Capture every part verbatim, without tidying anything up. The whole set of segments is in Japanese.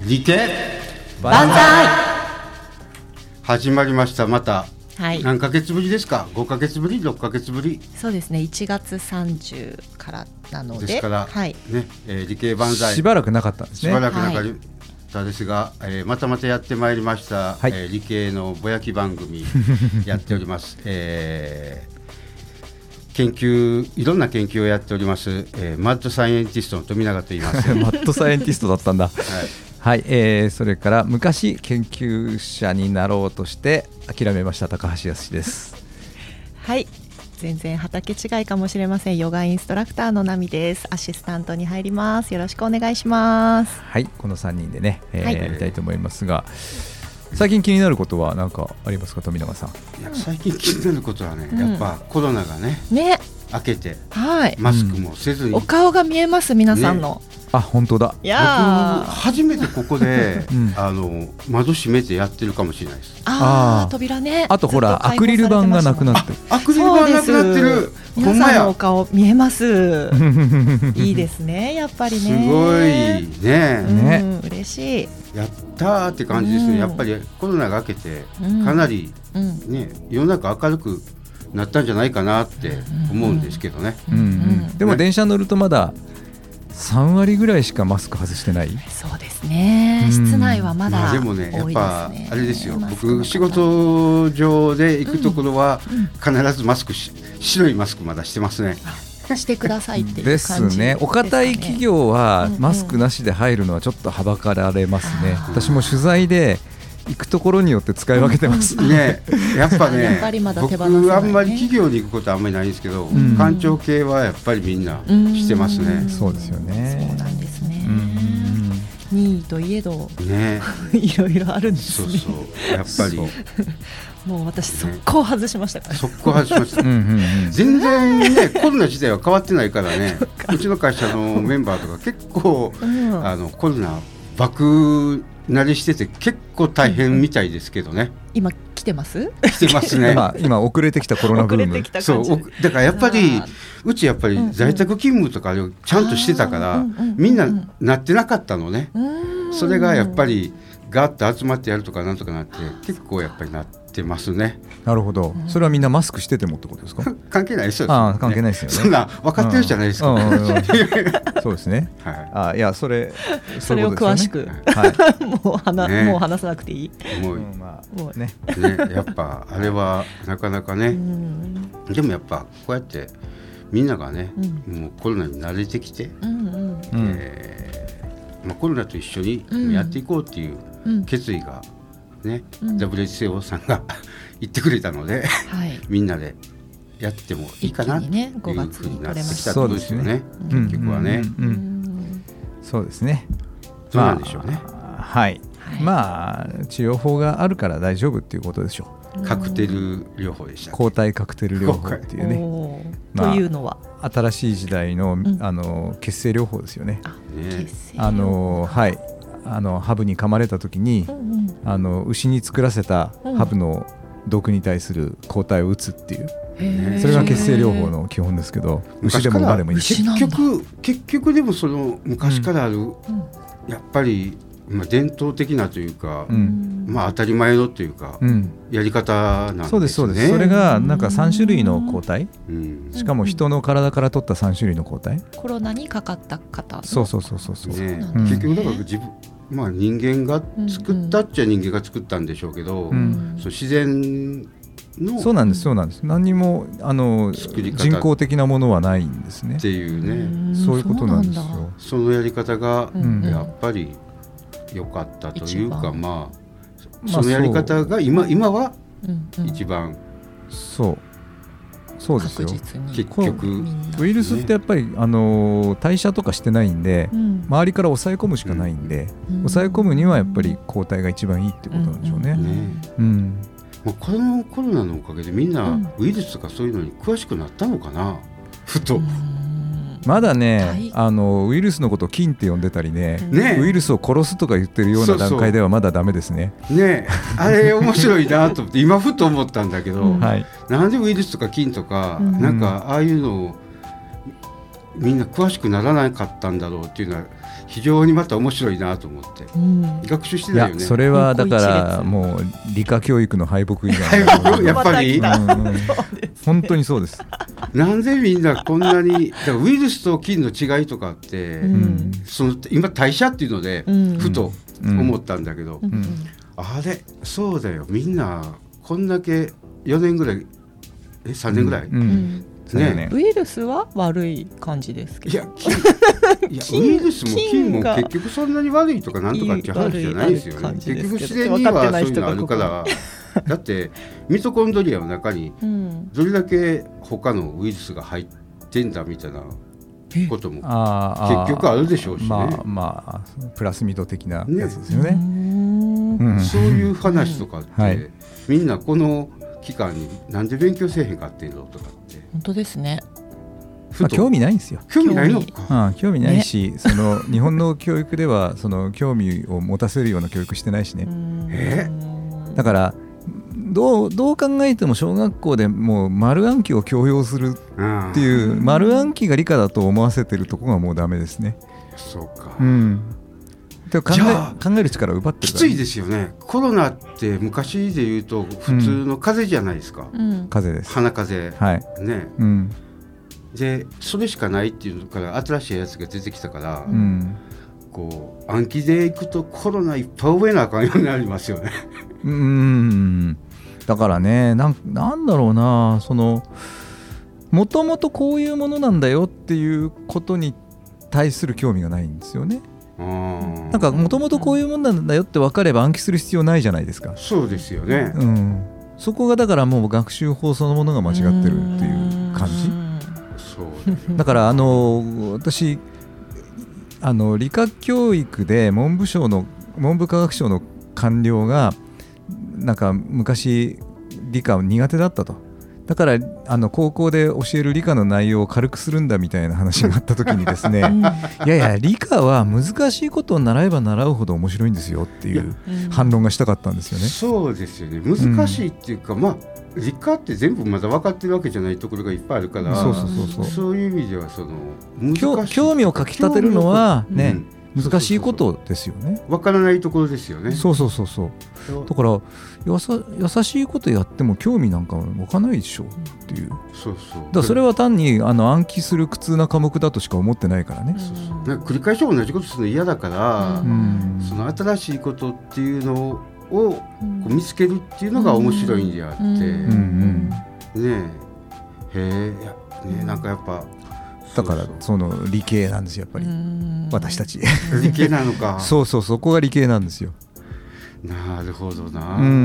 理系万歳。 始まりました。また、 はい、 何ヶ月ぶりですか？ごかげつぶり、ろっかげつぶり。 そうですね、いちがつさんじゅうからなのでですから、 はいねえー、理系万歳しばらくなかったんですね。 しばらくなかったですが、はいえー、またまたやってまいりました、はいえー、理系のぼやき番組やっております、えー、研究いろんな研究をやっております、えー、マッドサイエンティストの富永と言いますマッドサイエンティストだったんだ。 はいはい、えー、それから昔研究者になろうとして諦めました高橋康です。 はい、全然畑違いかもしれません。ヨガインストラクターのナミです。アシスタントに入ります。よろしくお願いします。 はい、このさんにんでね、えーはい、やりたいと思いますが、最近気になることは何かありますか、富永さん。 いや最近気になることはね、うん、やっぱコロナがね、 ね明けて、 はい、 マスクもせずに、うん、 お顔が見えます皆さんの、ね、 あ、本当だ。 いや僕初めてここで、うん、あの窓閉めてやってるかもしれないです。 ああ、扉ね。 あとほらアクリル板がなくなってる。 アクリル板なくなってる。 皆さんのお顔見えますいいですね、やっぱりね。 すごいね、 うん、嬉しい。 やったーって感じですね、うん、やっぱりコロナが明けてかなり、ねうん、世の中明るくなったんじゃないかなって思うんですけどね、 うんうんうん、でも電車乗るとまださんわりぐらいしかマスク外してない。 そうですね、室内はまだ、 まあ、でもね、やっぱあれですよ、僕仕事上で行くところは必ずマスクし、白いマスクまだしてますね。 してくださいっていう感じですね。お堅い企業はマスクなしで入るのはちょっとはばかられますね、うんうん、私も取材で行くところによって使い分けてます、 うんうん、ね、やっぱねやっぱりまだ手放せないね。僕あんまり企業に行くことはあんまりないんですけど、うん、官庁系はやっぱりみんなしてますね、 うん、そうですよね。 そうなんですね、うん、任意といえど、 ね、 いろいろあるんですね。 そうそう、やっぱりもう私速攻外しましたから、ね、 速攻外しましたうんうん、うん、全然ねコロナ自体は変わってないからねうちの会社のメンバーとか結構、うん、あのコロナ爆慣れしてて結構大変みたいですけどね、うん、 今来てます来てますね今, 今遅れてきたコロナブーム。 そうだからやっぱりうちやっぱり在宅勤務とかちゃんとしてたから、うんうん、みんななってなかったのね、うん、それがやっぱりガーッと集まってやるとかなんとかなって結構やっぱりなってますね。 なるほど、それはみんなマスクしててもってことですか？ 関係ないですよ、 ね、あ関係ないですよね。 そんな分かってるじゃないですか、うんうんうん、 そうですね、はい、あいやそれそれを詳しく、はい、もう話、ね、もう話さなくていい。 もう、 うんまあもうねね、やっぱあれはなかなかね、うん、でもやっぱこうやってみんながね、うん、もうコロナに慣れてきて、うんうんえーまあ、コロナと一緒にやっていこうっていう決意がね、うん、ダブリューエイチオー さんが言ってくれたので、はい、みんなでやってもいいかなっていうふうになってきたところですよね、結局はね、うんうんうん、 そうですね。 どうなんでしょうね、 まあ、はい、はい、まあ治療法があるから大丈夫っていうことでしょう。 カクテル療法でした。 抗体カクテル療法っていうね、 まあ、というのは新しい時代 の,、うん、あの血清療法ですよね。 あ、ね、血清あのはいあのハブに噛まれた時に、うんうん、あの牛に作らせたハブの毒に対する抗体を打つっていう、うん、それが血清療法の基本ですけど、牛でも馬でもいい。 結局結局でもその昔からある、うん、やっぱり、まあ、伝統的なというか、うんまあ、当たり前のというか、うん、やり方なんですね。 そうですそうです。それがなんかさんしゅるいの抗体、うん、しかも人の体から取ったさんしゅるいの抗体、 コロナにかかった方の。 そうそうそうそうそう、 ね、結局だから自分まあ、人間が作ったっちゃ人間が作ったんでしょうけど、うん、そう自然のそうなんですそうなんです。何にもあの人工的なものはないんですねっていうね、 うそういうことなんですよ。 そのやり方がやっぱり良かったというか、うん、まあそのやり方が 今, 今は一番そうそうですよ。 結局ウイルスってやっぱり、あのー、代謝とかしてないんで、うん、周りから抑え込むしかないんで、うん、抑え込むにはやっぱり抗体が一番いいってことなんでしょうね。うんうんねうん、 もうこのコロナのおかげでみんなウイルスとかそういうのに詳しくなったのかな、ふと。 まだね、あのウイルスのことを菌って呼んでたり ね, ねウイルスを殺すとか言ってるような段階ではまだダメですね。 そうそうねあれ面白いなと思って今ふと思ったんだけど、うんはい、なんでウイルスとか菌とか、うん、なんかああいうのをみんな詳しくならなかったんだろうっていうのは非常にまた面白いなと思って、うん、学習してないよね。 いやそれはだからもう理科教育の敗北以外やっぱり、うんうん、 本当にそうです。 なんでみんなこんなにだからウイルスと菌の違いとかって、うん、その今代謝っていうのでふと思ったんだけど、うんうん、あれそうだよ、みんなこんだけよねんぐらいえさんねんぐらい、うんうんね、ウイルスは悪い感じですけど、 いやいやウイルスも菌も結局そんなに悪いとかなんとかっていう話じゃないですよね。結局自然にはそういうのあるからだってミトコンドリアの中にどれだけ他のウイルスが入ってんだみたいなことも結局あるでしょうしね。 まあまあプラスミド的なやつですよね。 うん、そういう話とかって、はい、みんなこの期間になんで勉強せえへんかっていうのとかって本当ですね。 まあ、興味ないんですよ。 興味ないのか。 うん、興味ないし、ね、その日本の教育ではその興味を持たせるような教育してないしね。 えだからどう、どう考えても小学校でもう丸暗記を強要するっていう丸暗記が理科だと思わせてるところがもうダメですね。 そうか。 うん。で考え、考える力を奪ってるから、 きついですよね。コロナって昔で言うと普通の風邪じゃないですか。 うん、風邪です。 鼻風邪、 はいね、 うん、 でそれしかないっていうのから新しいやつが出てきたから、 うん、 こう暗記でいくとコロナいっぱい覚えなあかんようになりますよね。 うーんだからね、な ん, なんだろうな、そのもともとこういうものなんだよっていうことに対する興味がないんですよね。なんかもともとこういうものなんだよって分かれば暗記する必要ないじゃないですか。 そうですよね、 うん、そこがだからもう学習法そのものが間違ってるっていう感じ。 そうだからあの私あの理科教育で文部省の文部科学省の官僚がなんか昔理科苦手だったと、だからあの高校で教える理科の内容を軽くするんだみたいな話があった時にですね、うん、いやいや理科は難しいことを習えば習うほど面白いんですよっていう反論がしたかったんですよね。 そうですよね、難しいっていうか、うん、まあ理科って全部まだ分かってるわけじゃないところがいっぱいあるから、 そうそうそうそう、 そういう意味ではその難しい興味をかきたてるのはね、うん、難しいことですよね。 分からないところですよね。 そうそうそうそう。だからやさ優しいことやっても興味なんか湧かないでしょっていう。 そうそう。 だからそれは単にあの暗記する苦痛な科目だとしか思ってないからね。 そうそう。なんか繰り返し同じことするの嫌だから、うん、その新しいことっていうのをこう見つけるっていうのが面白いんであって、うんうんうん、ねえ、へえ、ね、なんかやっぱ。 だからその理系なんですよやっぱり私たち。 理系なのか。 そうそう、そこが理系なんですよ。 なるほどな、 うんうん、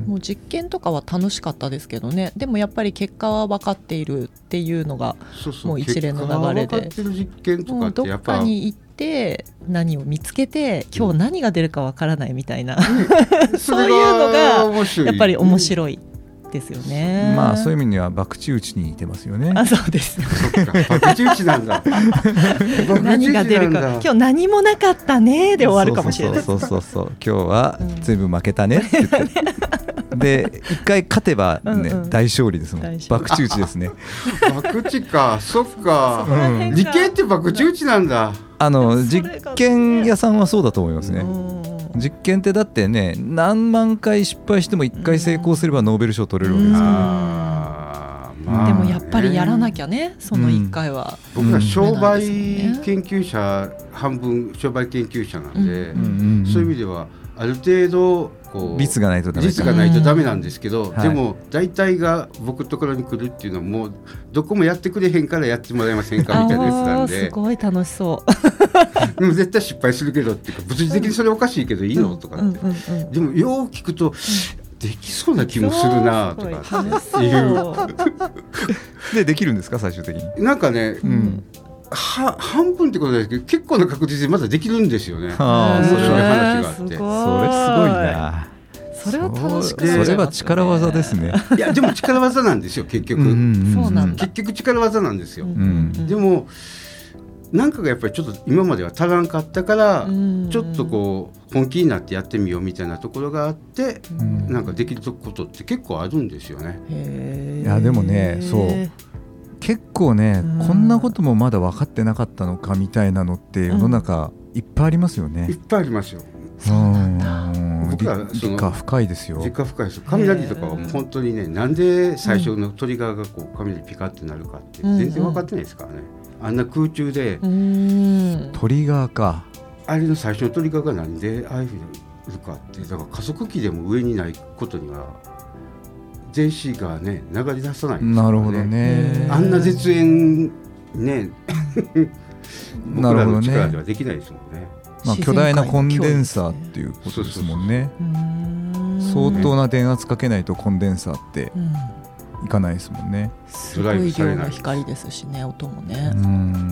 もう実験とかは楽しかったですけどね。でもやっぱり結果は分かっているっていうのがもう一連の流れで、 結果は分かってる実験とかってやっぱどっかに行って何を見つけて今日何が出るか分からないみたいな、うん、そういうのがやっぱり面白いですよね。 まあそういう意味には博打打ちに似てますよね。 あ、そうです。 そっか、博打打ちなんだ。 何が出るか、今日何もなかったねで終わるかもしれない。 そうそうそうそう、今日は全部負けたねって言って、うん、で一回勝てばね、うんうん、大勝利ですもん。博打打ちですね。 博打か、そっか、うん、理系って博打打ちなんだ。 あの実験屋さんはそうだと思いますね。実験ってだってね、何万回失敗してもいっかい成功すればノーベル賞取れるわけですから、 まあ、でもやっぱりやらなきゃね、そのいっかいは、 うん、僕ら商売研究者、半分商売研究者なんで、うん、そういう意味ではある程度こう率がないとダメ、 率がないとダメなんですけど、うん、でも大体が僕のところに来るっていうのはもうどこもやってくれへんからやってもらえませんかみたいなやつなんで、 すごい楽しそうでも絶対失敗するけどっていうか、物理的にそれおかしいけどいいのとかって、でもよう聞くと、うん、できそうな気もするなとかっていうでできるんですか最終的に。 なんかね、うん、は半分ってことですけど結構な確率でまだできるんですよね。面白い話があって、それすごいな。 それは楽しく、 それは力技ですね。 いやでも力技なんですよ結局。うんうんうん、そうなんだ。結局力技なんですよ、うんうん、でもなんかがやっぱりちょっと今までは足らんかったから、うん、ちょっとこう本気になってやってみようみたいなところがあって、うん、なんかできることって結構あるんですよね。 へいやでもね、そう結構ね、うん、こんなこともまだ分かってなかったのかみたいなのって世の中いっぱいありますよね、 うん、いっぱいありますよ。 そうなんだ。 僕はその理科深いですよ。 理科深いです。雷とかはもう本当にね、なんで最初のトリガーがこう雷ピカってなるかって全然分かってないですからね、うんうん、あんな空中でトリガーか、 あれの最初のトリガーがなんでああいうふうになるかって、だから加速器でも上にないことには電子がね流れ出さないんですよね。 なるほどね。 あんな絶縁ね僕らの力ではできないですもんね。 まあ、巨大なコンデンサーっていうことですもんね。相当な電圧かけないとコンデンサーっていかないですもんね。 すごい量の光ですしね、音もね。 うん、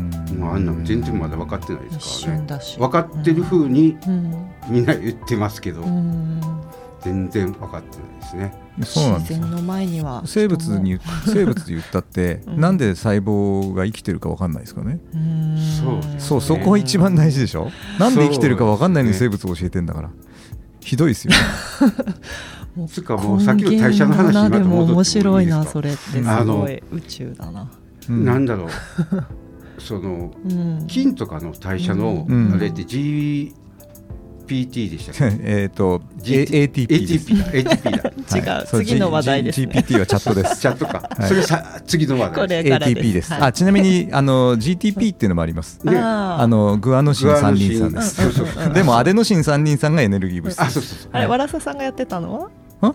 もうあんなの全然まだ分かってないですからね。 一瞬だし分かってる風にみんな言ってますけど、全然分かってないですね。 そうなんですよ。 自然の前には生物に生物で言ったって、うん、なんで細胞が生きてるか分かんないですかね。 うーんそうですね。 そう、そこが一番大事でしょ。なんで生きてるか分かんないのに生物を教えてんだから、ひどいですよもうつかもうさっきの代謝の話にまた戻ってもいいですか。 でも面白いな、それってすごい宇宙だな、 うん、なんだろうその、うん、菌とかの代謝のあれって Gピーティー でしたっけえっと エーティーピー です。 エーティーピー だ エーティーピー だ違う、次の話題ですね。 ジーピーティー はチャットです。 チャットか、はい、それさ次の話題これからです。 エーティーピー です、はい、あちなみにあの ジーティーピー っていうのもあります、ね、あのグアノシン三リン酸です。 そうそうそうでもアデノシン三リン酸がエネルギー物質。 あ、そうそうそう。 あれ、わらささんがやってたのは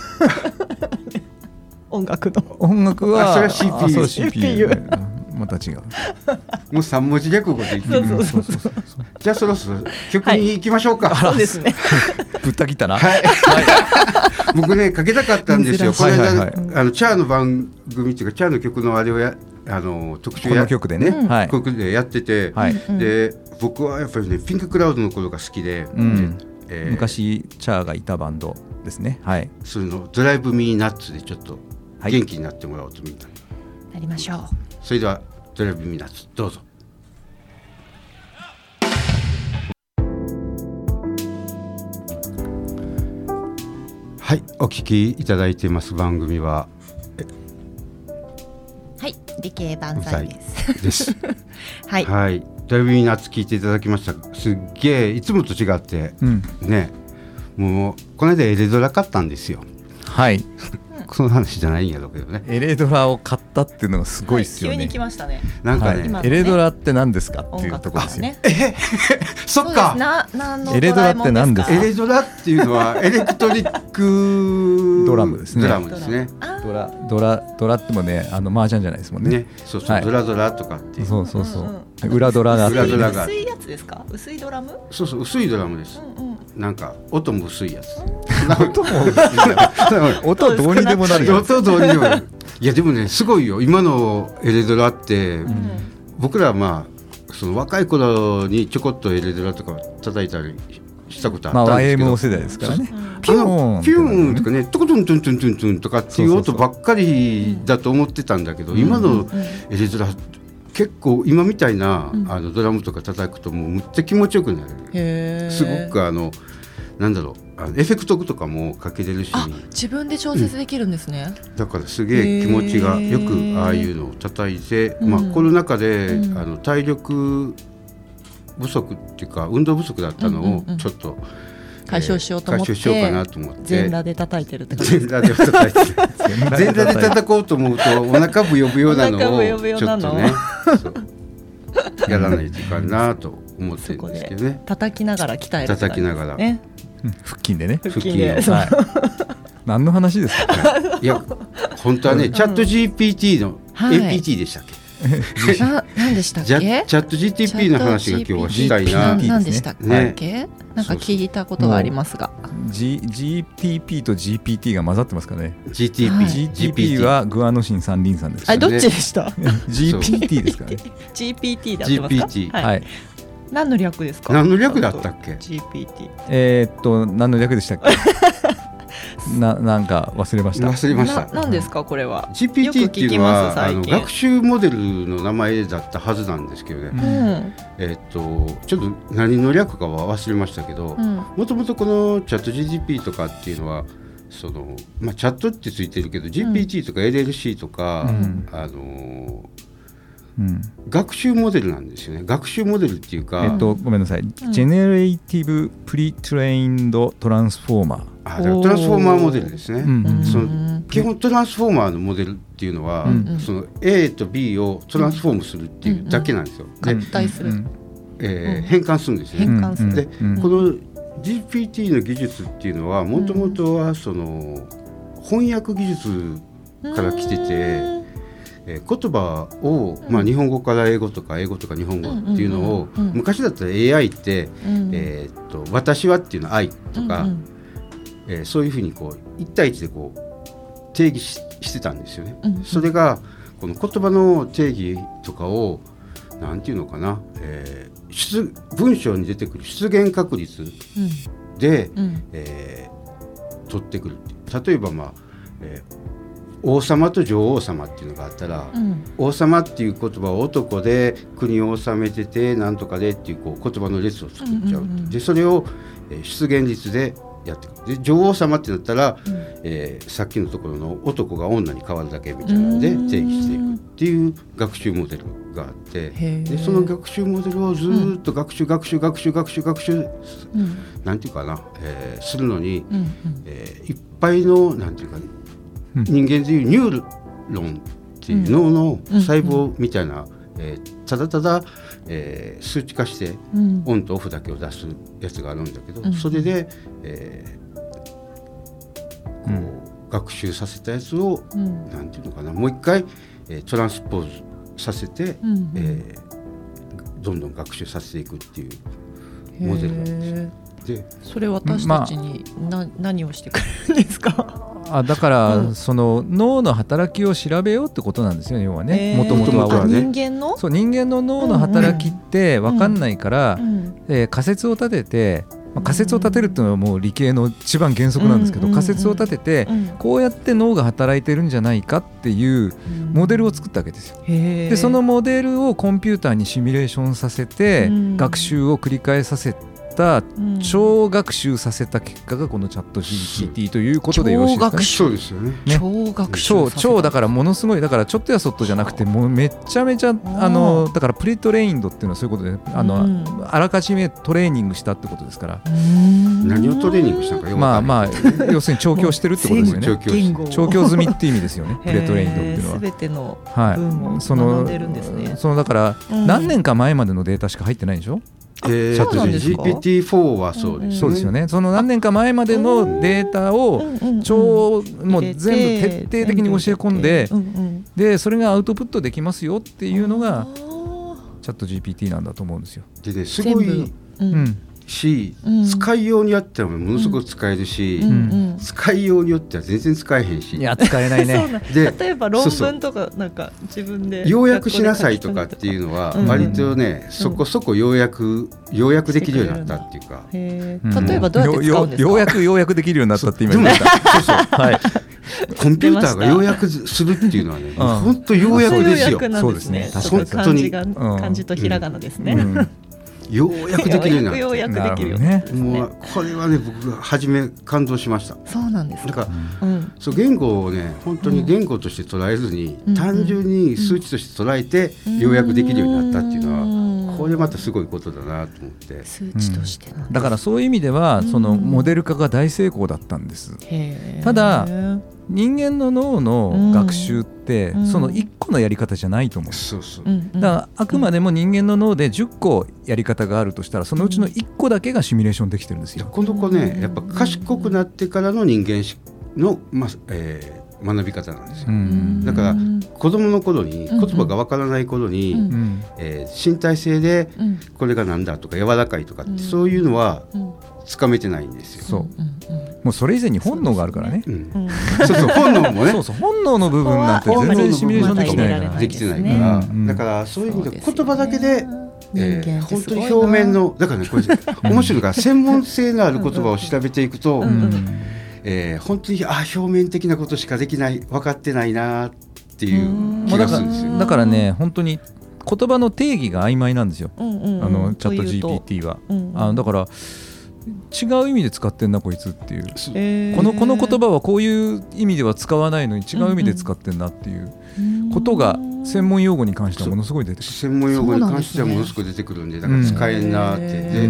音楽の音楽はあそれは シーピーユー。 あそう シーピーユー また違う。 もう三文字略語で言ってる。 そうそうそうそう。 じゃあそろそろ曲に行きましょうか。 はい、そうですね。 ぶった切ったな。 はい。僕ねかけたかったんですよ。これ、 はいはいはい、 あのチャーの番組っていうかチャーの曲のあれをやあの特集やこの曲でね、うん、はい、 曲でやってて、はい、で僕はやっぱりねピンククラウドの頃が好きで、うん、 でえー、昔チャーがいたバンドですね。はい。 そのドライブミーナッツでちょっと元気になってもらおうとみたいなりましょう。 それではドライブミーナッツどうぞ。はい、お聞きいただいています番組ははい理系万歳ですですはい、 はい、ドライブミーナッツ聞いていただきました。すっげえいつもと違って、うん、ね、もうこの間エレドラ買ったんですよ。 はいその話じゃないんやろうけどね。 エレドラを買ったっていうのがすごいですよね、 はい、急に来ましたね。 なんかね、 はい、エレドラって何ですかっていうところですよね。 えそっかななんのエレドラって何ですか。 エレドラっていうのはエレクトリックドラムですね。 ドラムですね。 ドラドラドラってもね、あの麻雀じゃないですもんね。 ね、そうそう、はい、ドラドラとかっていう。 そうそうそう。うんうん、裏ドラがあって、 裏ドラが薄いやつですか。薄いドラム。 そうそう、薄いドラムです。うんうん、なんか音も薄いやつ。 音も音どうにでもなるよ。 音どうにでもなる。いやでもねすごいよ今のエレドラって、うん、僕らはまあその若い頃にちょこっとエレドラとか叩いたりしたことあったんですけど、まあ、 ワイエムオー 世代ですからね。 ピューンピューンとかねトコトントントントントンとかっていう音ばっかりだと思ってたんだけど、今のエレドラ結構今みたいな、うん、あのドラムとか叩くともうむっちゃ気持ちよくなる。へー、すごくあのなんだろうあのエフェクトとかもかけれるし、 あ自分で調節できるんですね、 うん、だからすげえ気持ちがよくああいうのを叩いて、まあ、コロナ禍で、うん、あの体力不足っていうか運動不足だったのをちょっと、うんうんうん解消しようと思って、 解消しようかなと思って全裸で叩いてるって感じ。 全裸で叩いてる全裸で叩こうと思うとお腹ブヨブヨなのをちょっとねやらないといかんなと思ってるんですけどね。 叩きながら鍛える、 叩きながら、ね、 腹筋でね。 腹筋で、はい、 何の話ですか、 ね、いや本当はね、うん、チャット ジーピーティー の、はい、エーピーティー でしたっけ。 な何でしたっけ。 チャット ジーティーピー の話が今日はしたいな。 何でしたっけ、ね、なんか聞いたことがありますが、 G、ジーティーピー と ジーピーティー が混ざってますかね。 ジーティーピー、 ジーティーピー はグアノシン三リン酸ですからね。あどっちでした。 ジーピーティー ですからね。 ジーピーティー で合ってますか。 ジーピーティー、 はい、何の略ですか。 何の略だったっけ。 ジーピーティーえー、っと何の略でしたっけな, なんか忘れました忘れました何ですかこれは。 ジーピーティー っていうのはあの学習モデルの名前だったはずなんですけどね、うん、えー、っとちょっと何の略かは忘れましたけど、もともとこのチャット ジーティーピー とかっていうのはその、まあ、チャットってついてるけど、うん、ジーピーティー とか エルエルシー とか、うん、あのうん、学習モデルなんですよね。学習モデルっていうか、 えっと、ごめんなさい、うん、ジェネレーティブプリトレインドトランスフォーマー、 あ、だからトランスフォーマーモデルですね、うんうん、その基本トランスフォーマーのモデルっていうのは、うん、その エー と ビー をトランスフォームするっていうだけなんですよ、 うんうん、合体する、 えー、変換するんですよね。 変換する。 で、うん、この ジーピーティー の技術っていうのはもともとはその翻訳技術から来てて、えー、言葉を、まあ、日本語から英語とか英語とか日本語っていうのを、うんうんうん、昔だったら エーアイ って、うんえー、っと私はっていうのは愛とか、うんうんえー、そういうふうにこういち対いちでこう定義 し, してたんですよね、うんうん、それがこの言葉の定義とかをなんていうのかな、えー、出文章に出てくる出現確率で、うんうんえー、取ってくるっていう。例えば、まあえー王様と女王様っていうのがあったら、うん、王様っていう言葉は男で国を治めててなんとかでっていう、こう言葉の列を作っちゃう、うんうんうん、でそれを、えー、出現率でやっていく。で女王様ってなったら、うんえー、さっきのところの男が女に変わるだけみたいなので定義していくっていう学習モデルがあって、でその学習モデルをずっと学習、うん、学習学習学習学習、うん、なんていうかな、えー、するのに、うんうんえー、いっぱいのなんていうか人間でいうニューロンっていう脳の細胞みたいな、うんうんえー、ただただ、えー、数値化してオンとオフだけを出すやつがあるんだけど、うん、それで、えーこううん、学習させたやつを、うん、なんていうのかな、もう一回、えー、トランスポーズさせて、うんうんえー、どんどん学習させていくっていうモデルなんですよ。でそれ私たちにな、まあ、何をしてくれるんですか？ あだから、うん、その脳の働きを調べようってことなんですよ、要はね。もともとはね、 人間の？ そう、人間の脳の働きって分かんないから、うんうんえー、仮説を立てて、まあ、仮説を立てるっていうのはもう理系の一番原則なんですけど、うんうんうん、仮説を立てて、うん、こうやって脳が働いてるんじゃないかっていうモデルを作ったわけですよ。でそのモデルをコンピューターにシミュレーションさせて、うん、学習を繰り返させて超学習させた結果がこのチャット ジーピーティー ということでよろしいですかね。 そうですよね。 超学習超超だからものすごい、だからちょっとやそっとじゃなくてもうめちゃめちゃあのだからプリトレインドっていうのはそういうことで、あの、うん、あらかじめトレーニングしたってことですから。 何をトレーニングしたのかよくわかんない。まあまあ要するに調教してるってことですよね。調教済みっていう意味ですよね。プリトレインドっていうのは。 すべての文を学んでるんですね。 はい、そのだから何年か前までのデータしか入ってないでしょ。 えー、そうなんですか？ ジーピーティーフォー はそうですね。 そうですよね。その何年か前までのデータを超もう全部徹底的に教え込んで、でそれがアウトプットできますよっていうのがチャット ジーピーティー なんだと思うんですよ。 でね、すごい、うんし、うん、使いようによってはものすごく使えるし、うん、使いようによっては全然使えへんし、 いや使えないね。 で例えば論文とかなんか自分で要約しなさいとかっていうのは割とね、うん、そこそこ要約要約できるようになったっていうか、 へー、例えばどうやって使うんですか？ ようやく要約できるようになったって今言いました。そうそう、はい。 コンピューターが要約するっていうのはね、本当要約ですよ。 そうですね。本当に漢字とひらがなですね。うんうんようやくできるようになって、 ようやくできるようになって、 もうこれはね僕が初め感動しました。 そうなんですか。 だから、うん、そう言語をね本当に言語として捉えずに、うん、単純に数値として捉えて、うん、ようやくできるようになったっていうのは、これまたすごいことだなと思って。 数値としてなんです、 うん、だからそういう意味ではそのモデル化が大成功だったんです。へー。ただ人間の脳の学習って、うん、そのいっこのやり方じゃないと思う。 そうそう。 だからあくまでも人間の脳でじゅっこやり方があるとしたらそのうちのいっこだけがシミュレーションできてるんですよ。 この子ねやっぱ賢くなってからの人間の、まえー、学び方なんですよ。うん、だから子供の頃に言葉がわからない頃に、うんうんえー、身体性でこれがなんだとか柔らかいとかって、うん、そういうのはつかめてないんですよ。 そう。もうそれ以前に本能があるからね。 そうそうそう本能もね。 そうそう本能の部分なんて全然シミュレーションできないから。 できてないから、うん、だからそういう意味で言葉だけで、えー、本当に表面のだからねこれ面白いから専門性のある言葉を調べていくと、うんうんえー、本当にあ表面的なことしかできない分かってないなっていう気がするんですよ。 だからね本当に言葉の定義が曖昧なんですよ。うんうんうん、あのチャット ジーピーティー は。うんうん、あのだから違う意味で使ってんなこいつっていう、えー、このこの言葉はこういう意味では使わないのに違う意味で使ってんなっていうことが専門用語に関してはものすごい出てくる。 専門用語に関してはものすごい出てくるんで、だから使えんなって、で、うん、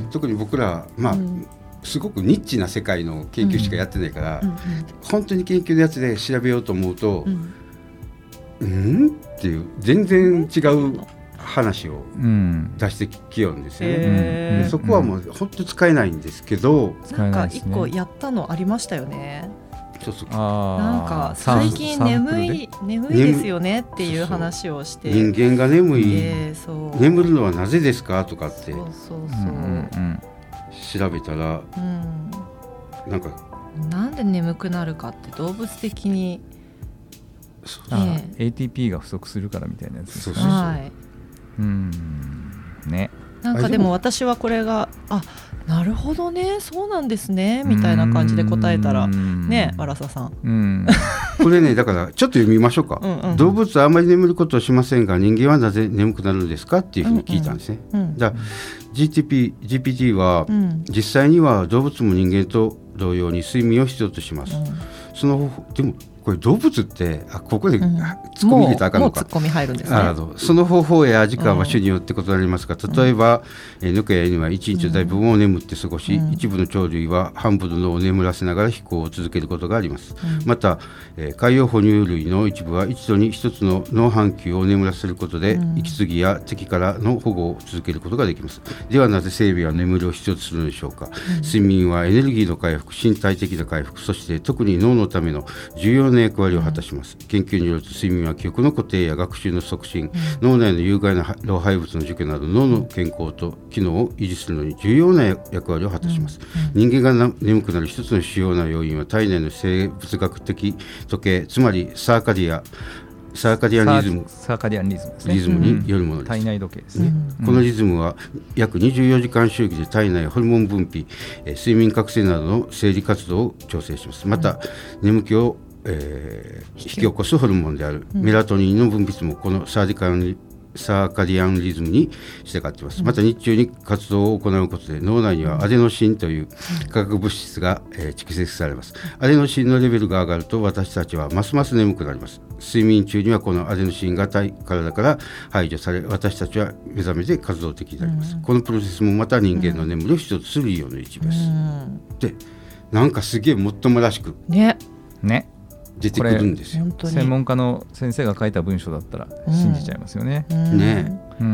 特に僕らまあ、うんすごくニッチな世界の研究しかやってないから、うんうん、本当に研究のやつで調べようと思うと、うん、うんっていう全然違う話を出してきよるんですよね、うん、でそこはもう本当に使えないんですけど、 うん、なんか一個やったのありましたよね。そうそう、あなんか最近眠い眠いですよねっていう話をして、 人間が眠い、えー、そう眠るのはなぜですかとかってそうそうそう、うんうん調べたら、うん、なんかなんで眠くなるかって動物的に、 ね、エーティーピー が不足するからみたいなやつですね。そうそうそう、はい、うんね。 なんかでも私はこれがあなるほどねそうなんですねみたいな感じで答えたらね荒佐さん、うん、 これねだからちょっと読みましょうか。うんうん、動物はあまり眠ることをしませんが人間はなぜ眠くなるのですかっていうふうに聞いたんですね。うんうん、じゃあ ジーティーピー、ジーピーティー は実際には動物も人間と同様に睡眠を必要とします。うん、そのでもこれ動物ってあここで、うん、突っ込み入れたらあかんのか。 もう突っ込み入るんですね。 あその方法や時間は種によって異なりますが、例えば、うん、えー、ヌカや犬は一日の大部分を眠って過ごし、うん、一部の鳥類は半分の脳を眠らせながら飛行を続けることがあります。うん、また、えー、海洋哺乳類の一部は一度に一つの脳半球を眠らせることで、うん、息継ぎや敵からの保護を続けることができます。ではなぜ生命は眠りを必要とするのでしょうか。うん、睡眠はエネルギーの回復、身体的な回復、そして特に脳のための重要な役割を果たします。研究によると睡眠は記憶の固定や学習の促進、うん、脳内の有害な老廃物の除去など脳の健康と機能を維持するのに重要な役割を果たします。うんうん、人間が眠くなる一つの主要な要因は体内の生物学的時計、つまりサーカディアサーカディアンリズムサーカディアンリズムですね。 リズムによるものです。 体内時計ですね。 うん、このリズムは約にじゅうよじかん周期で体内ホルモン分泌、えー、睡眠覚醒などの生理活動を調整します。また、うん、眠気をえー、引き起こすホルモンであるメラトニンの分泌もこのサーディカンサーカディアンリズムに従っています。また日中に活動を行うことで脳内にはアデノシンという化学物質が、えー、蓄積されます。アデノシンのレベルが上がると私たちはますます眠くなります。睡眠中にはこのアデノシンが体から排除され私たちは目覚めて活動的になります。このプロセスもまた人間の眠りを必要とするような一部です。でなんかすげえもっともらしくねね出てくるんですよ。 専門家の先生が書いた文章だったら信じちゃいますよね。 うん、ねうん、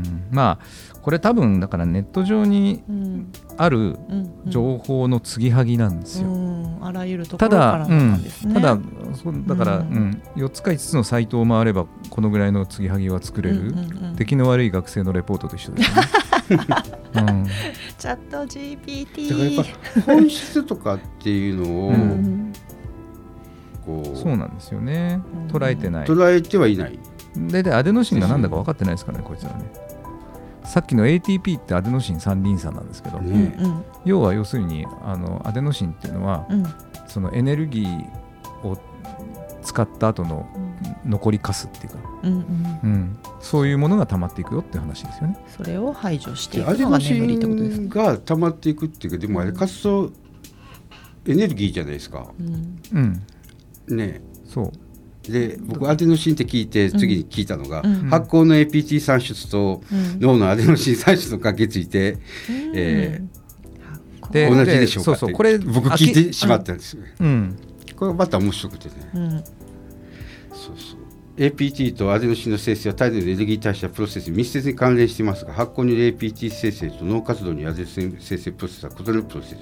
まあこれ多分だからネット上にある情報の継ぎはぎなんですよ。 うん、あらゆるところからなんですね。 ただ、うん、ただそうだから、うん、よっつかいつつのサイトを回ればこのぐらいの継ぎはぎは作れる、うんうんうん、出来の悪い学生のレポートと一緒ですね。うん、 チャット ジーピーティーだからやっぱ本質とかっていうのを、うんそうなんですよね。捉えてない。 捉えてはいない。 大体アデノシンが何だか分かってないですからね、こいつらね。さっきの エーティーピー ってアデノシン三リン酸なんですけど、ね、要は要するにあのアデノシンっていうのは、うん、そのエネルギーを使った後の残りカスっていうか、うんうんうん、そういうものが溜まっていくよっていう話ですよね。 それを排除していくのが眠りってことですか。 アデノシンが溜まっていくっていうか、でもあれ活動エネルギーじゃないですか。うんうんね、 そうで僕アデノシンって聞いて次に聞いたのが、うん、発酵の エーピーティー 産出と脳のアデノシン産出の関係について、うんえー、で同じでしょうかって、そうそうこれ僕聞いてしまったんですよ、うん、これまた面白くてね、うん、そうそう エーピーティー とアデノシンの生成は体内のエネルギー代謝プロセスに密接に関連していますが、発酵による エーピーティー 生成と脳活動によるアデノシン生成プロセスは異なるプロセスです。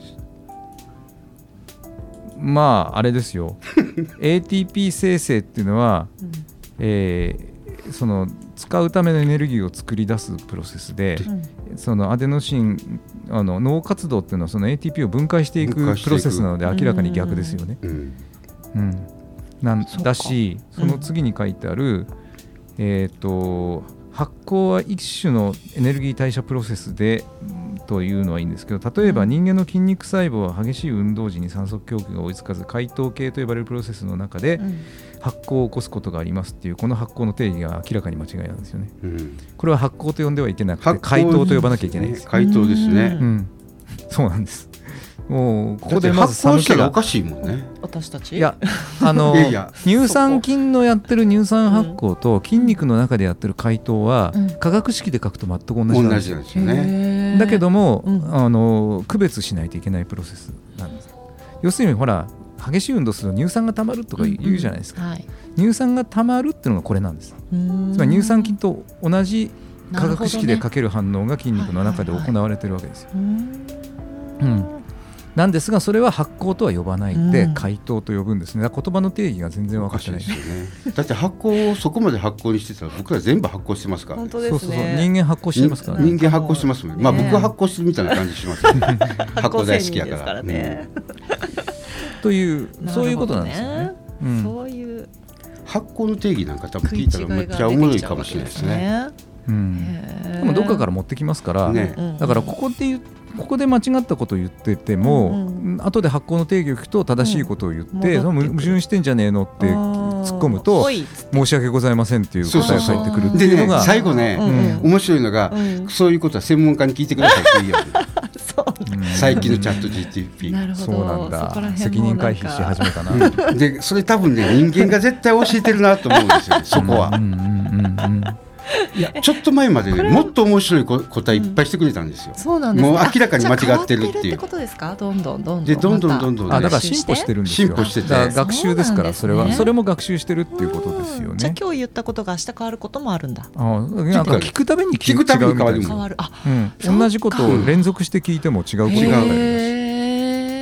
まああれですよエーティーピー 生成っていうのは、うんえー、その使うためのエネルギーを作り出すプロセスで、うん、そのアデノシンあの脳活動っていうのはその エーティーピー を分解していくプロセスなので明らかに逆ですよね。うんうん、なんだしその次に書いてある、うん、えーと発酵は一種のエネルギー代謝プロセスでというのはいいんですけど、例えば人間の筋肉細胞は激しい運動時に酸素供給が追いつかず解凍系と呼ばれるプロセスの中で発酵を起こすことがありますっていう、この発酵の定義が明らかに間違いなんですよね、うん、これは発酵と呼んではいけなくて解凍と呼ばなきゃいけないんですよ。 解凍ですね、うん、 そうなんです。もうここでまず寒気がおかしいもんね。 私たちいやあのいやいや乳酸菌のやってる乳酸発酵と筋肉の中でやってる解凍は、うん、化学式で書くと全く同じなんですよ。 同じですよね。 だけども、うん、あの区別しないといけないプロセスなんです。要するにほら激しい運動すると乳酸がたまるとか言うじゃないですか、うんうんはい、乳酸がたまるっていうのがこれなんです。つまり乳酸菌と同じ化学式でかける反応が筋肉の中で行われてるわけですよ。うんなんですがそれは発酵とは呼ばないで、うん、解凍と呼ぶんですね。だから言葉の定義が全然分かってないですよね。 だって発酵をそこまで発酵にしてたら僕ら全部発酵してますから、ね、 本当ですね。 そうそうそう人間発酵してますからね。人間発酵してますもんね。まあ僕は発酵してるみたいな感じします、ね、発酵大好きやから、ねうん、 というそういうことなんですよね、 うん、そういう発酵の定義なんか多分聞いたらめっちゃおもろいかもしれないですね。 うん、でもどっかから持ってきますから、ね、だからここで言うここで間違ったことを言ってても、うんうん、後で発酵の定義を聞くと正しいことを言って、うん、その矛盾してんじゃねえのって突っ込むと申し訳ございませんっていう答えが返ってくるっていうのが、 でね、最後ね、うん、面白いのが、うん、そういうことは専門家に聞いてくださいって言うよ、ねうん、最近のチャット ジーティーピーなるほどそうなんだ責任回避し始めたな、 うん、でそれ多分ね人間が絶対教えてるなと思うんですよ、ね、そこは、うんうんうんうんいやちょっと前まで、ね、もっと面白い答えいっぱいしてくれたんですよ、うん、 そうなんです、ね、 もう明らかに間違ってるっていう。 ってことですか。どんどんどんどんでどんどんどんどん、ね、 あだから進歩してるんですよ。 進歩しててだから学習ですからそれはそれも学習してるっていうことですよね。 じゃあ今日言ったことが明日変わることもあるんだ。 あなんか聞くたびに聞くたびに変わる変わるあ、 うん、同じことを連続して聞いても違うことがあります。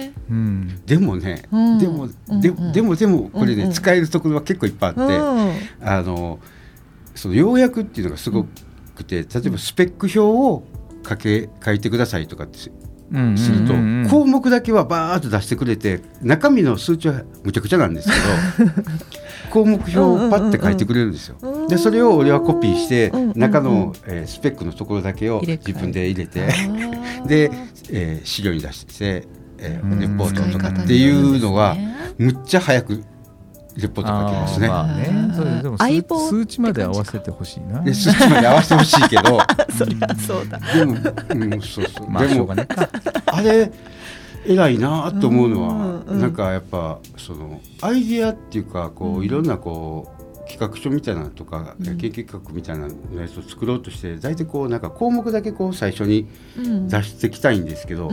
うん、 でもね、うん、でも、うん、で, でもでもこれね、うんうん、使えるところは結構いっぱいあって、うん、あのその要約っていうのがすごくて、うん、例えばスペック表を書け書いてくださいとかってすると、うんうんうんうん、項目だけはバーッと出してくれて中身の数値はむちゃくちゃなんですけど項目表をパッて書いてくれるんですよ、うんうんうん、でそれを俺はコピーして、うんうんうん、中の、えー、スペックのところだけを自分で入れてで、えー、資料に出してえー、レポートとかっていうのはむっちゃ早くレポート書けますね。 まあねそれでも 数, 数値まで合わせてほしいな。 数値まで合わせてほしいけどそりゃそうだ。 でも、うん、そうそう、 まあ、 でもあれ偉いなと思うのは、 うんうん、 なんかやっぱそのアイディアっていうかこう、うん、いろんなこう企画書みたいなのとか、うん、研究企画みたいなやつを作ろうとして大体こうなんか項目だけこう最初に出していきたいんですけど、うん、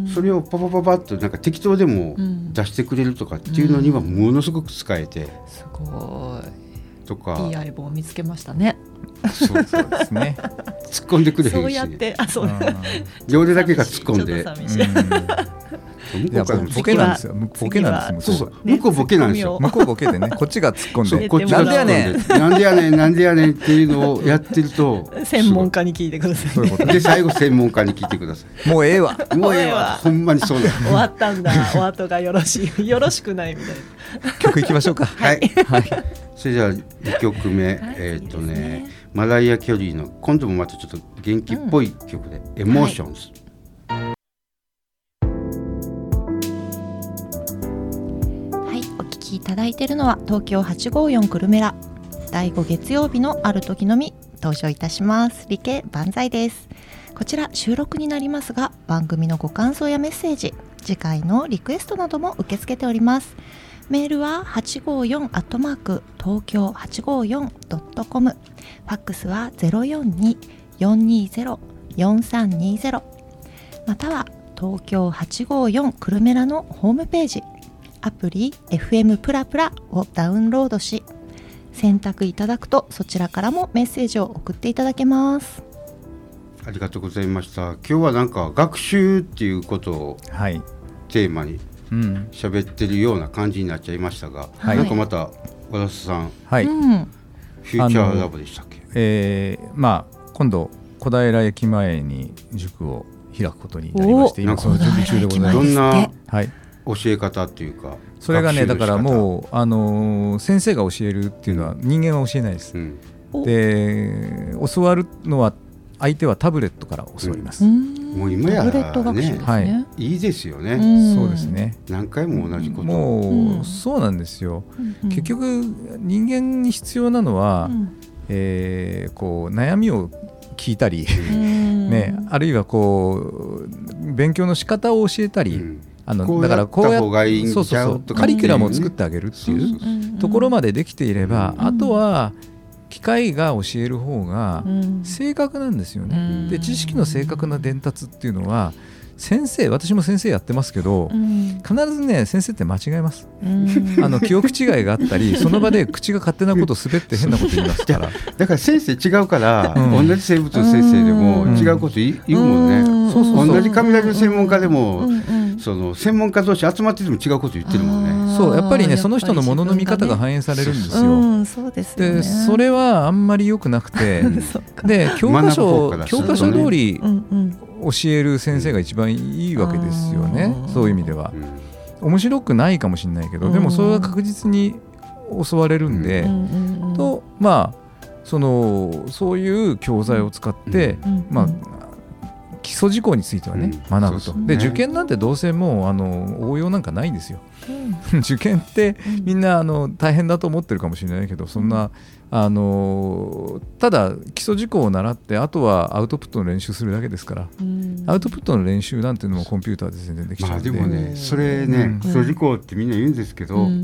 それをパパパパッとなんか適当でも出してくれるとかっていうのにはものすごく使えて、うん、 すごいとかいい相棒を見つけましたね。 そうそうですね突っ込んでくれへんし、 そうやってあそう両手だけが突っ込んでいやボケなんですよ。ボケなんですよ。 そう向こうボケなんですよ。 向こうボケでね、こっちが突っ込んで、 こっちがなんでやねん、 なんでやねん、なんでやねんっていうのをやってると、 専門家に聞いてください。 そういうことで最後専門家に聞いてください。 もうええわ、 もうええわ、ほんまにそうだ。 終わったんだ。お後がよろしい、よろしくないみたいな。 曲いきましょうか。 はいはい。それじゃあにきょくめ、えっとね、マライア・キャリーの今度もまたちょっと元気っぽい曲で、エモーションズ。 いただいているのは東京はちごーよんくるめらだいご月曜日のある時のみ登場いたします。理系万歳です。こちら収録になりますが番組のご感想やメッセージ次回のリクエストなども受け付けております。メールは はちごーよん アットマーク東京 はちごーよん ドットコム ファックスは ゼロよんに よんにーゼロ よんさんにーゼロ または東京はちごーよんくるめらのホームページアプリ エフエム プラプラをダウンロードし選択いただくとそちらからもメッセージを送っていただけます。 ありがとうございました。今日はなんか学習っていうことをテーマに喋ってるような感じになっちゃいましたが、はい、なんかまた和田さん、はい、フューチャーラボでしたっけ。 えー、まあ今度小平駅前に塾を開くことになりまして今その準備中でございます。 どんな、 はい教え方っていうかそれがねだからもう、あのー、先生が教えるっていうのは人間は教えないです、うん、で教わるのは相手はタブレットから教わります、うん、 もう今や、ね、 タブレット学習ですね、はい、 いいですよね、 うん、そうですね何回も同じこともう、うん、そうなんですよ、うん、結局人間に必要なのは、うんえー、こう悩みを聞いたり、ね、あるいはこう勉強の仕方を教えたり、うん、あのだからこうやってそうそうそうカリキュラムを作ってあげるっていうところまでできていれば、あとは機械が教える方が正確なんですよね。で知識の正確な伝達っていうのは先生、私も先生やってますけど、うん、必ずね先生って間違えます、うん、あの記憶違いがあったりその場で口が勝手なことを滑って変なこと言いますからだから先生違うから、うん、同じ生物の先生でも違うこと言うもんね、うん、そうそうそう同じ雷の専門家でも、うん、その専門家同士集まってても違うこと言ってるもんね。 そうやっぱりねその人のものの見方が反映されるんですよ、うん、そうですよね。でそれはあんまり良くなくてで教科書教科書通り、うんうん教える先生が一番いいわけですよね。そういう意味では、うん、面白くないかもしれないけど、でもそれは確実に教われるんで、うん、とまあそのそういう教材を使って、うん、まあ基礎事項についてはね、うん、学ぶと。そうそうね、で受験なんてどうせもうあの応用なんかないんですよ、うん、受験ってみんなあの大変だと思ってるかもしれないけど、そんなあのただ基礎事項を習ってあとはアウトプットの練習するだけですから、うん、アウトプットの練習なんていうのもコンピューターで全然できちゃうんで、 まあ、でもねそれね、うん、基礎事項ってみんな言うんですけど、うん、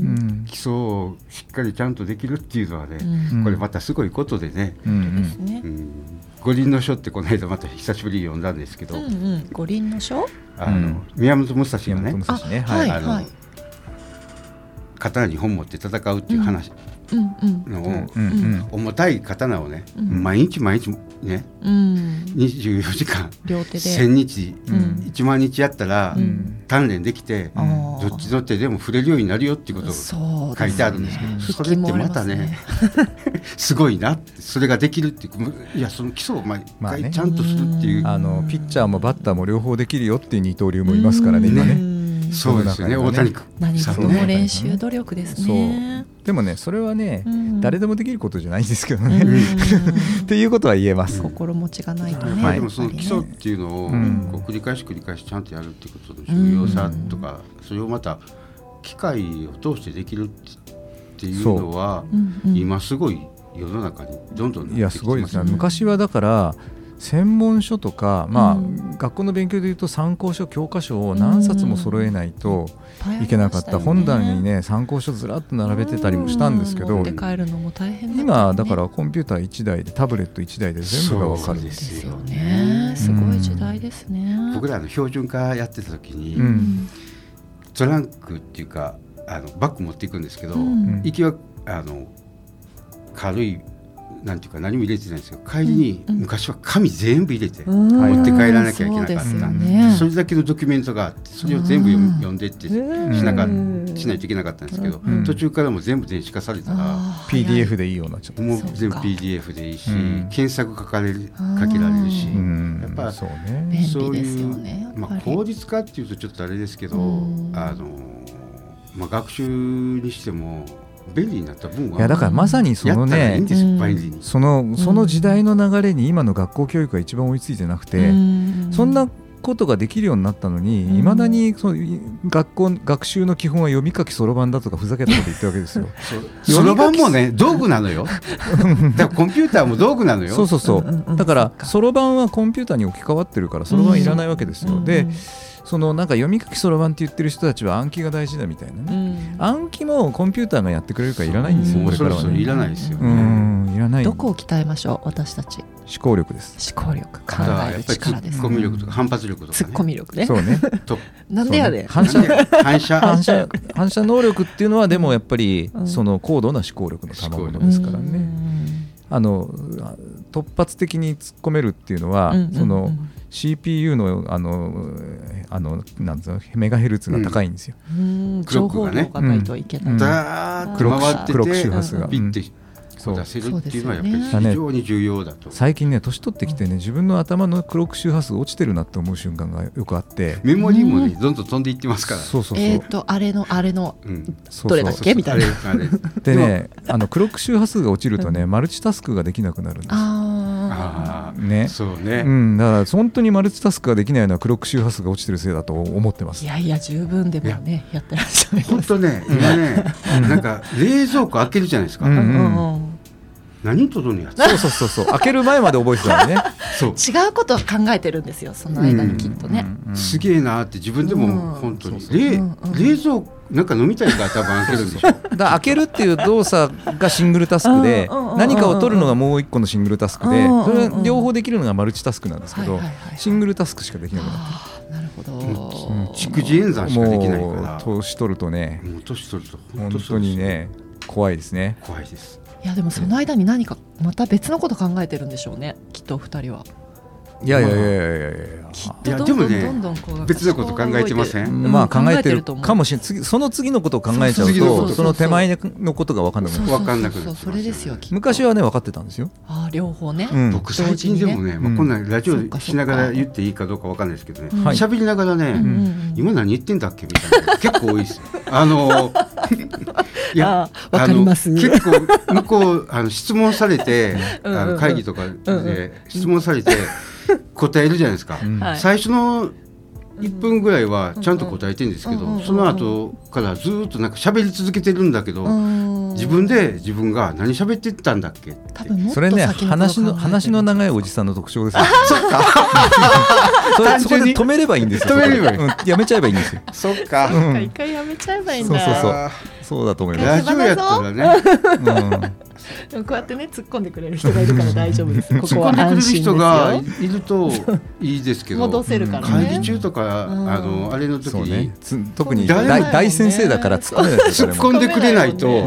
基礎をしっかりちゃんとできるっていうのはね、うん、これまたすごいことでね、うんうん、五輪の書ってこの間また久しぶりに読んだんですけど、うんうん、 五輪の書あの、うん、宮本武蔵がね、 武蔵ね、はい、あの、はい、 刀に本持って戦うっていう話のを、重たい刀をね、うん、毎日毎日ね、うん、にじゅうよじかん両手でせんにち、うん、いちまんにちやったら、うん、鍛錬できて、うん、どっちの手でも触れるようになるよっていうことを書いてあるんですけど、 そ, それってまたねすごいなって、それができるっていう、いやその基礎を毎回ちゃんとするっていう、 まあね、あのピッチャーもバッターも両方できるよっていう二刀流もいますからね今ね。 そうですよね、大谷君何事も練習努力ですね。 そうでもねそれはね、うん、誰でもできることじゃないんですけどね、うん、っていうことは言えます。 心持ちがないとね、 まあ、でもその基礎っていうのをこう繰り返し繰り返しちゃんとやるっていうことの重要さとか、うん、それをまた機械を通してできるっていうのは、うん、今すごい世の中にどんどんいやすごいですね。昔はだから専門書とか、まあうん、学校の勉強でいうと参考書教科書を何冊も揃えないといけなかった、うんね、本棚にね参考書ずらっと並べてたりもしたんですけど、 持って帰るのも大変だったね。 今だからコンピューターいちだいでタブレットいちだいで全部が分かるんですよね。すごい時代ですね、 うん、僕らの標準化やってた時に、うん、トランクっていうかあのバッグ持っていくんですけど、うん、行きはあの軽いなんていうか何も入れてないんですけど、帰りに昔は紙全部入れて持って帰らなきゃいけなかった、うん、ね、それだけのドキュメントがあってそれを全部読んでってしなかしないといけなかったんですけど、うん、途中からも全部電子化されたらピーディーエフ でいいようになっちゃった。 もう全部 ピーディーエフ でいいし、うん、検索書かれるかけられるし、うん、やっぱそうね、そういう、まあ、効率化っていうとちょっとあれですけど、あの、まあ、学習にしても便利になった分は、 いやだからまさにそのね、うん、そのその時代の流れに今の学校教育が一番追いついてなくて、うん、そんなことができるようになったのに、いま、うん、だにその学校学習の基本は読み書きそろばんだとかふざけたこと言ってるわけですよ。 そろばんもね道具なのよ。だからコンピューターも道具なのよ。 そうそうそう。だからそろばんはコンピューターに置き換わってるからそろばんいらないわけですよ。うん、でそのなんか読み書きそろばんって言ってる人たちは暗記が大事だみたいなね、うん、暗記もコンピューターがやってくれるからいらないんですよ、うん、これからはね。 そろそろいらないですよね、 うん、いらない。 どこを鍛えましょう私たち。 思考力です。 思考力、考える力です、ね、 ツッコミ力とか反発力とか、ね、 ツッコミ力ね。 そうねなんでやで、ね、 反射反射反射反射能力っていうのはでもやっぱりその高度な思考力の賜物ですからね。あの突発的に突っ込めるっていうのは、うんうんうん、そのシーピーユー の, あのあのなんつうのメガヘルツが高いんですよ、 うん、情報量がないといけない、うん、 だーっと回っててクロック周波数が、 ビッて出せるっていうのはやっぱり非常に重要だと、 ね、最近ね年取ってきてね自分の頭のクロック周波数落ちてるなって思う瞬間がよくあって、 メモリーもねどんどん飛んでいってますから、 そうそうそう、 えーとあれのあれの、うん、どれだっけみたいなでねあのクロック周波数が落ちるとね、うん、マルチタスクができなくなるんですよ。 ああね、そうね、 うん、だから本当にマルチタスクができないのはクロック周波数が落ちてるせいだと思ってます。 いやいや十分でもねやってらっしゃる。 本当ね今ね、うん、なんか冷蔵庫開けるじゃないですか、うんうん、何とどのやつ、 そうそうそうそう開ける前まで覚えてたのね違うことを考えてるんですよその間にきっとね、 うんうん、すげえなって自分でも本当に、うん、そうそう冷、うんうん、冷蔵なんか飲みたいから多分開けるんでしょだから開けるっていう動作がシングルタスクで何かを取るのがもう一個のシングルタスクでそれは両方できるのがマルチタスクなんですけどシングルタスクしかできなくなってる。 なるほど、 うん、蓄次演算しかできないから年取るとねもう年取ると本当にね怖いですね。 怖いです。 いやでもその間に何かまた別のこと考えてるんでしょうねきっとお二人は。 いやいやいやいやいやいやでもね別のこと考えてません、 うん、まあ考えてるかもしれない。その次のことを考えちゃうとその手前のことが分かんなくなる。 分かんなくなる。 それですよ。 昔はね分かってたんですよ。 あ両方ね、 うん、僕最近でもね、まあ、こんなラジオしながら言っていいかどうか分かんないですけどね喋、うん、りながらね、うん、今何言ってんだっけみたいな結構多いですよ。あのいやあ分かります。 結構向こうあの質問されてあの会議とかで質問されて答えるじゃないですか、うん、最初のいっぷんぐらいはちゃんと答えてるんですけど、うんうん、その後からずっとなんか喋り続けてるんだけど、うん、自分で自分が何喋ってたんだっけって多分もっとそれね話の話の長いおじさんの特徴ですよ。 そっかそ, れそこで止めればいいんですよ。 止めればいい、 うん、やめちゃえばいいんですよ。 そっか、 うん、一回やめちゃえばいいんだ。 そうそうそうそうだと思います。 ラジオやったらね、 うん、こうやってね突っ込んでくれる人がいるから大丈夫です。ここは安心ですよ。突っ込んでくれる人がいるといいですけど戻せるからね。 会議中とか、うん、あのあれの時に、ね、 特に 大, 大先生だから突っ込めない突っ込んでくれないと、うん、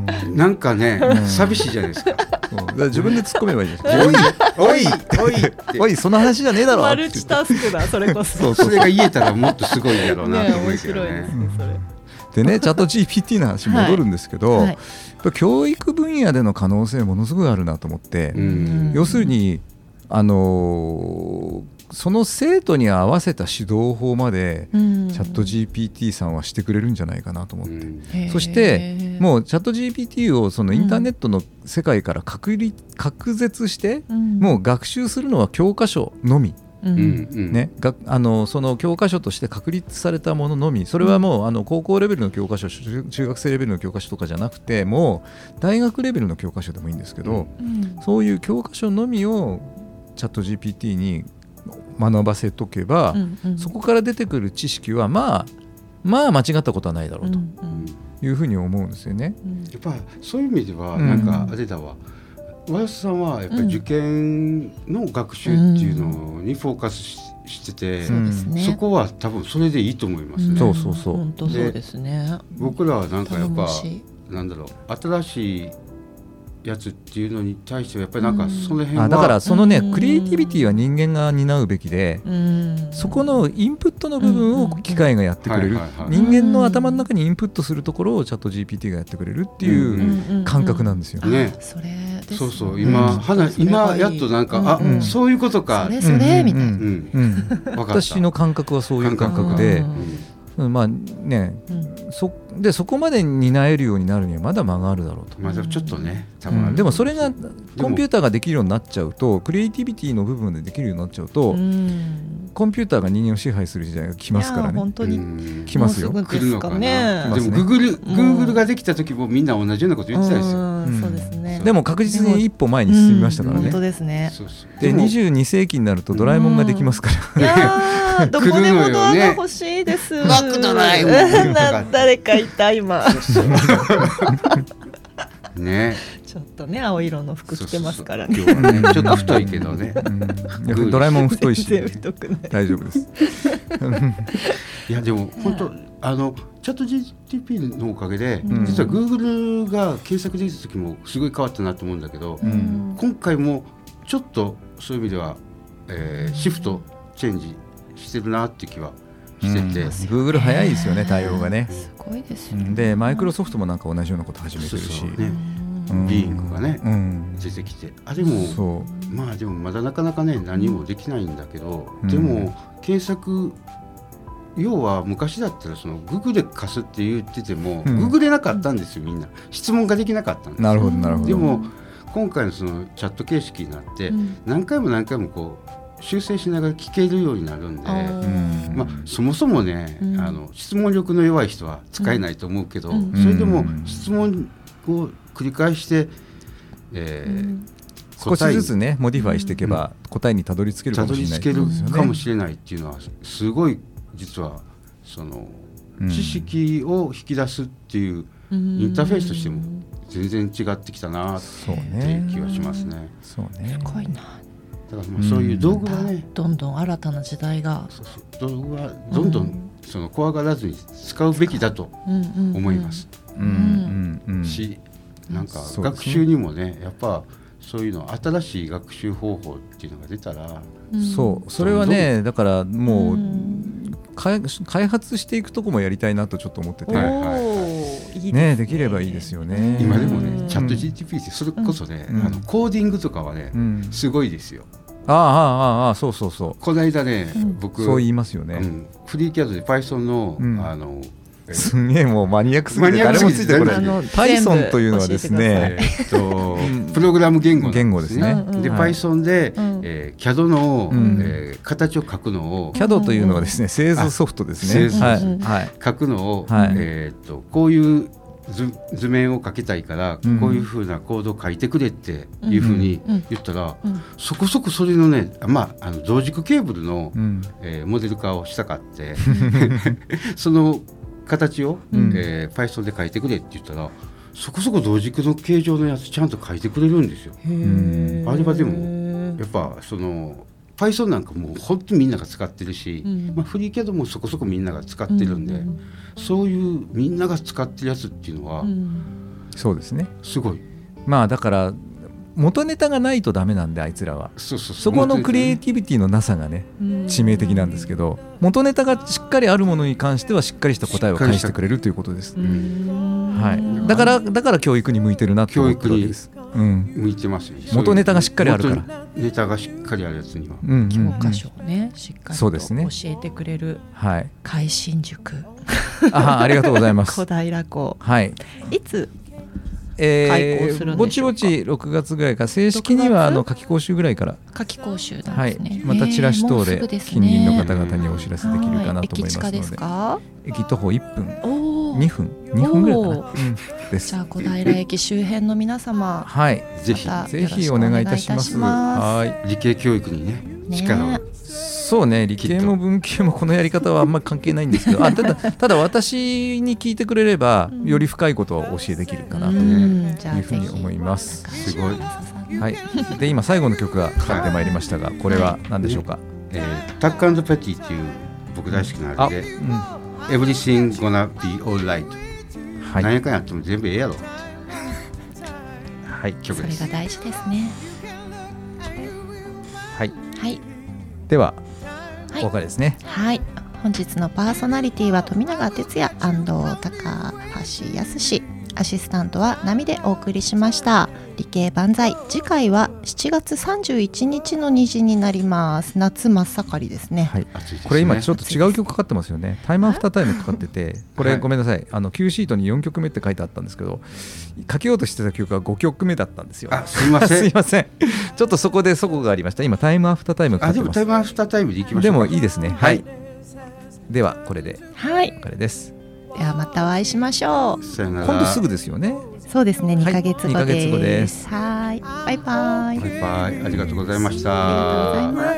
なんかね、うん、寂しいじゃないですか。 だから自分で突っ込めばいいです。 おいおいおいっておいその話じゃねえだろ。 マルチタスクだそれこそ。 そうそうそれが言えたらもっとすごいやろうなと思うけどね。 ね面白いですねそれ。 でね、チャット ジーピーティー の話戻るんですけど、はいはい、教育分野での可能性ものすごいあるなと思って、うん、要するに、あのー、その生徒に合わせた指導法まで、うん、チャット ジーピーティー さんはしてくれるんじゃないかなと思って、うん、そしてもうチャット ジーピーティー をそのインターネットの世界から確立、隔絶して、うん、もう学習するのは教科書のみ、うんね、があのその教科書として確立されたもののみ、それはもうあの高校レベルの教科書、中学生レベルの教科書とかじゃなくてもう大学レベルの教科書でもいいんですけど、うん、そういう教科書のみをチャット ジーピーティー に学ばせとけば、うんうん、そこから出てくる知識はまあまあ間違ったことはないだろうというふうに思うんですよね、うんうん、 やっぱそういう意味ではなんかあれだわ、うん、和田さんはやっぱり受験の学習っていうのにフォーカス し,、うん、してて、うん、そこは多分それでいいと思いますね、うん、 そうそうそう本当そうですね。 僕らはなんかやっぱなんだろう新しいやつっていうのに対してはやっぱりなんかその辺は、 あだからそのねクリエイティビティは人間が担うべきで、そこのインプットの部分を機械がやってくれる、人間の頭の中にインプットするところをチャット ジーピーティー がやってくれるっていう感覚なんですよね。 それですね。 そうそう今、うん、花今やっとなんか、うん、あ、うん、そういうことかそれそれみたいな、うんうん、私の感覚はそういう感覚で、まあね、うん、そ, でそこまで担えるようになるにはまだ間があるだろうと、 まだちょっとね、 多分、うん、でもそれがコンピューターができるようになっちゃうとクリエイティビティの部分でできるようになっちゃうと、うん、コンピューターが人間を支配する時代が来ますからね。 本当に来ますよ。 来るのかな。でも Google, Google ができた時もみんな同じようなこと言ってたんですよ、 うん、そうですね。 でも確実に一歩前に進みましたからね、うん、 本当ですね。 そうそうでにじゅうに世紀になるとドラえもんができますから、 うん、いやどこでもドアが欲しいです。 マクドラえもん誰かいた今ね、 ちょっとね青色の服着てますからね。 そうそうそう今日はねちょっと太いけどね、 うん、ドラえもん太いし全然太くない大丈夫です。 いやでも本当あのチャット ジーティーピー のおかげで、うん、実は Google が検索できた時もすごい変わったなと思うんだけど、うん、今回もちょっとそういう意味では、えー、シフトチェンジしてるなっていう気はしてて、うん、 Google 早いですよね対応がね。 すごいですよね。 でマイクロソフトもなんか同じようなこと始めてるし、そうそうね、 うん、ビーイングがね、うん、出てきて、あでもそうまあでもまだなかなかね何もできないんだけど、うん、でも検索要は昔だったらその Google で貸すって言ってても、うん、Google れなかったんですよ。みんな質問ができなかったんです。 なるほどなるほど。 でも今回のそのチャット形式になって、うん、何回も何回もこう修正しながら聞けるようになるんで、うんまあ、そもそもね、うん、あの質問力の弱い人は使えないと思うけど、うん、それでも質問を繰り返して、えーうん、 少しずつねモディファイしていけば答えにたどり着けるかもしれない、 たどり着けるかもしれないっていうのはすごい実はその知識を引き出すっていうインターフェースとしても全然違ってきたなっていう気がしますね。 そうね、すごいな。 だからもうそういう道具がね、 うん、どんどん新たな時代がそうそう道具はどんどんその怖がらずに使うべきだと思います、 うんうんうん、しなんか学習にもねやっぱそういうの新しい学習方法っていうのが出たら、 うん、そうそれはねだからもう、うん、開発していくとこもやりたいなとちょっと思ってて、はいはいはい、ね、できればいいですよね。 今でもねチャット ジーティーピー ってそれこそね、うん、あのコーディングとかはね、うん、すごいですよ。 ああああああそうそうそうこの間ね、うん、僕そう言いますよね、 うん、フリーキャドで Python の、うん、あのすんげえもうマニアックすぎて誰もついてこない。 Python というのはですね、えー、とプログラム言語言語ですね。 で Python で、うんえー、キャド の、うんえー、形を書くのをキャド というのはですね製図ソフトですね。製図、 はいはい、書くのを、はいえー、とこういう図, 図面を書きたいから、うん、こういうふうなコードを書いてくれっていうふうに言ったら、うんうん、そこそこそれのね、まあ、あの同軸ケーブルの、うんえー、モデル化をしたかってその形を、うんえー、Python で書いてくれって言ったらそこそこ同軸の形状のやつちゃんと書いてくれるんですよ。へあれはでもやっぱそのPython なんかもう本当にみんなが使ってるし、うんまあ、フリーキャドもそこそこみんなが使ってるんで、うん、そういうみんなが使ってるやつっていうのは、うん、 そうですねすごい。 まあだから元ネタがないとダメなんであいつらはそうそうそうそこのクリエイティビティのなさがね致命的なんですけど、元ネタがしっかりあるものに関してはしっかりした答えを返してくれるということです、はい、だからだから教育に向いてるなって思ってるわけです。 うん、向いてますよ。 元ネタがしっかりあるから元ネタがしっかりあるやつには、 うんうんうん、教科書をねしっかりと教えてくれる、はい、海進塾あ, ありがとうございます小平校、 はい、 いつえー、ぼちぼちろくがつぐらいから正式にはあの夏季講習ぐらいから夏季講習なんですね、 はい、またチラシ等で近隣の方々にお知らせできるかなと思いますので、駅近ですか？ 駅徒歩いっぷんにふんにふんぐらいかな、うん、です。 じゃあ小平駅周辺の皆様、 はい、ぜひぜひお願いいたします。 はい、理系教育にね力を、 そうね、理系も文系もこのやり方はあんまり関係ないんですけどあただ、ただ私に聞いてくれれば、うん、より深いことをお教えできるかなというふうに思います。 すごい、 はい、で今最後の曲がかかってまいりましたが、これは何でしょうか？はい、 えー、タック&ペティっていう僕大好きなあれで、うん、Everything gonna be alright、はい、何やかんやっても全部ええやろはい、曲です。 それが大事ですね。 はい、 はい、 では、はい、お別れですね。 はい、本日のパーソナリティは富永哲也、安藤高橋康、アシスタントはナミでお送りしました。理系万歳、次回はしちがつさんじゅういちにちの虹になります。夏真っ盛りですね。 はい、これ今ちょっと違う曲かかってますよね。タイムアフタータイムかかってて、これごめんなさい、あの Q シートによんきょくめって書いてあったんですけど、書けようとしてた曲がごきょくめだったんですよ。 あ、すいませんすいませんちょっとそこでそこがありました。今タイムアフタータイムかかってます。 あ、でもタイムアフタータイムでいきましょうか。 でもいいですね。はい、ではこれでお別れです、 はい、ではまたお会いしましょう。 さよなら。 今度すぐですよね。 そうですね、にかげつごです。 はい、にかげつごです。 はい、バイバイ。 バイバイ、ありがとうございました。 ありがとうございます。